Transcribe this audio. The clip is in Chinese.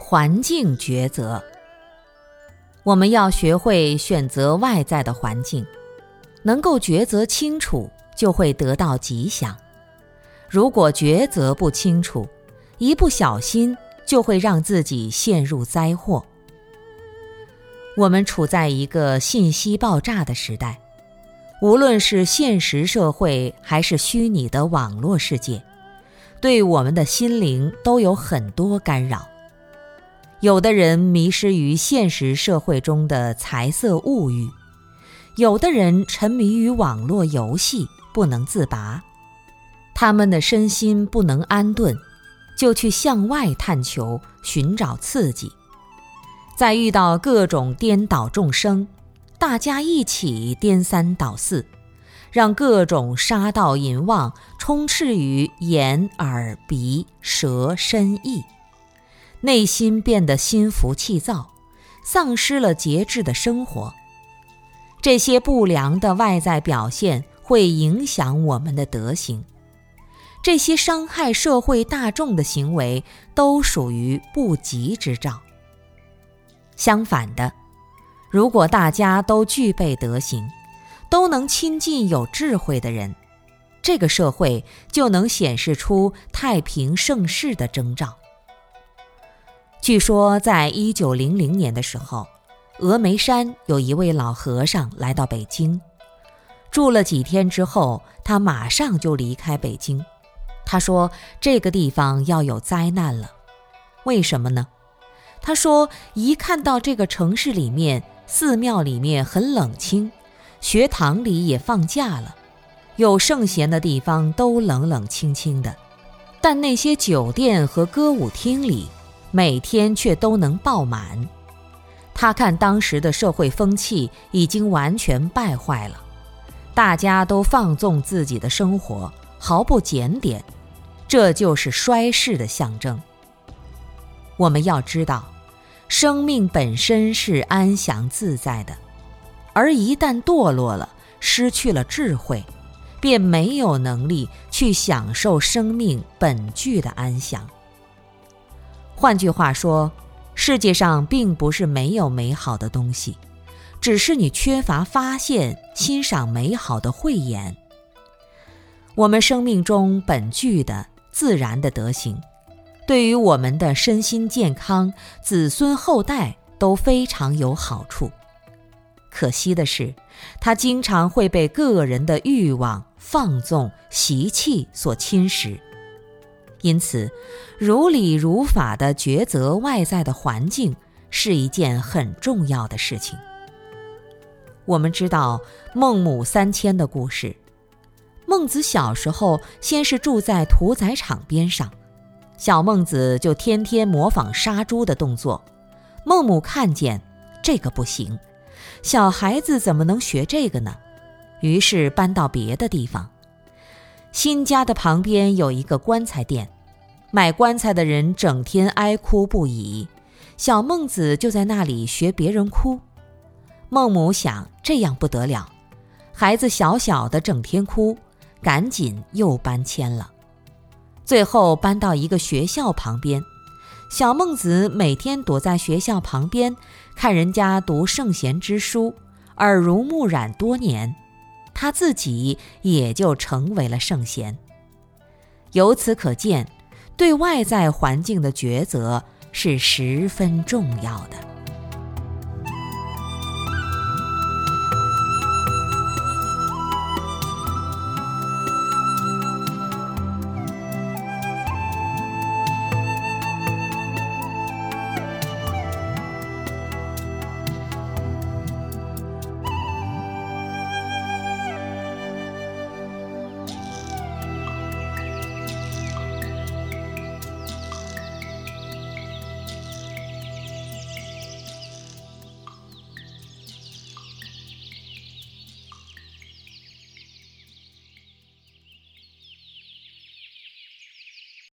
环境抉择。我们要学会选择外在的环境，能够抉择清楚，就会得到吉祥。如果抉择不清楚，一不小心就会让自己陷入灾祸。我们处在一个信息爆炸的时代，无论是现实社会还是虚拟的网络世界，对我们的心灵都有很多干扰。有的人迷失于现实社会中的财色物欲，有的人沉迷于网络游戏不能自拔，他们的身心不能安顿，就去向外探求，寻找刺激。在遇到各种颠倒众生，大家一起颠三倒四，让各种杀盗淫妄充斥于眼耳鼻舌身意，内心变得心浮气躁，丧失了节制的生活。这些不良的外在表现会影响我们的德行，这些伤害社会大众的行为都属于不吉之兆。相反的，如果大家都具备德行，都能亲近有智慧的人，这个社会就能显示出太平盛世的征兆。据说在1900年的时候，峨眉山有一位老和尚来到北京，住了几天之后，他马上就离开北京。他说这个地方要有灾难了。为什么呢？他说一看到这个城市里面，寺庙里面很冷清，学堂里也放假了，有圣贤的地方都冷冷清清的，但那些酒店和歌舞厅里每天却都能爆满。他看当时的社会风气已经完全败坏了，大家都放纵自己的生活，毫不检点，这就是衰世的象征。我们要知道，生命本身是安详自在的，而一旦堕落了，失去了智慧，便没有能力去享受生命本具的安详。换句话说，世界上并不是没有美好的东西，只是你缺乏发现、欣赏美好的慧眼。我们生命中本具的自然的德行，对于我们的身心健康、子孙后代都非常有好处。可惜的是，它经常会被个人的欲望、放纵、习气所侵蚀。因此，如理如法地抉择外在的环境是一件很重要的事情。我们知道孟母3000的故事。孟子小时候先是住在屠宰场边上，小孟子就天天模仿杀猪的动作。孟母看见这个不行，小孩子怎么能学这个呢？于是搬到别的地方。新家的旁边有一个棺材店，买棺材的人整天哀哭不已，小孟子就在那里学别人哭。孟母想，这样不得了，孩子小小的整天哭，赶紧又搬迁了。最后搬到一个学校旁边，小孟子每天躲在学校旁边，看人家读圣贤之书，耳濡目染多年，他自己也就成为了圣贤。由此可见，对外在环境的抉择是十分重要的。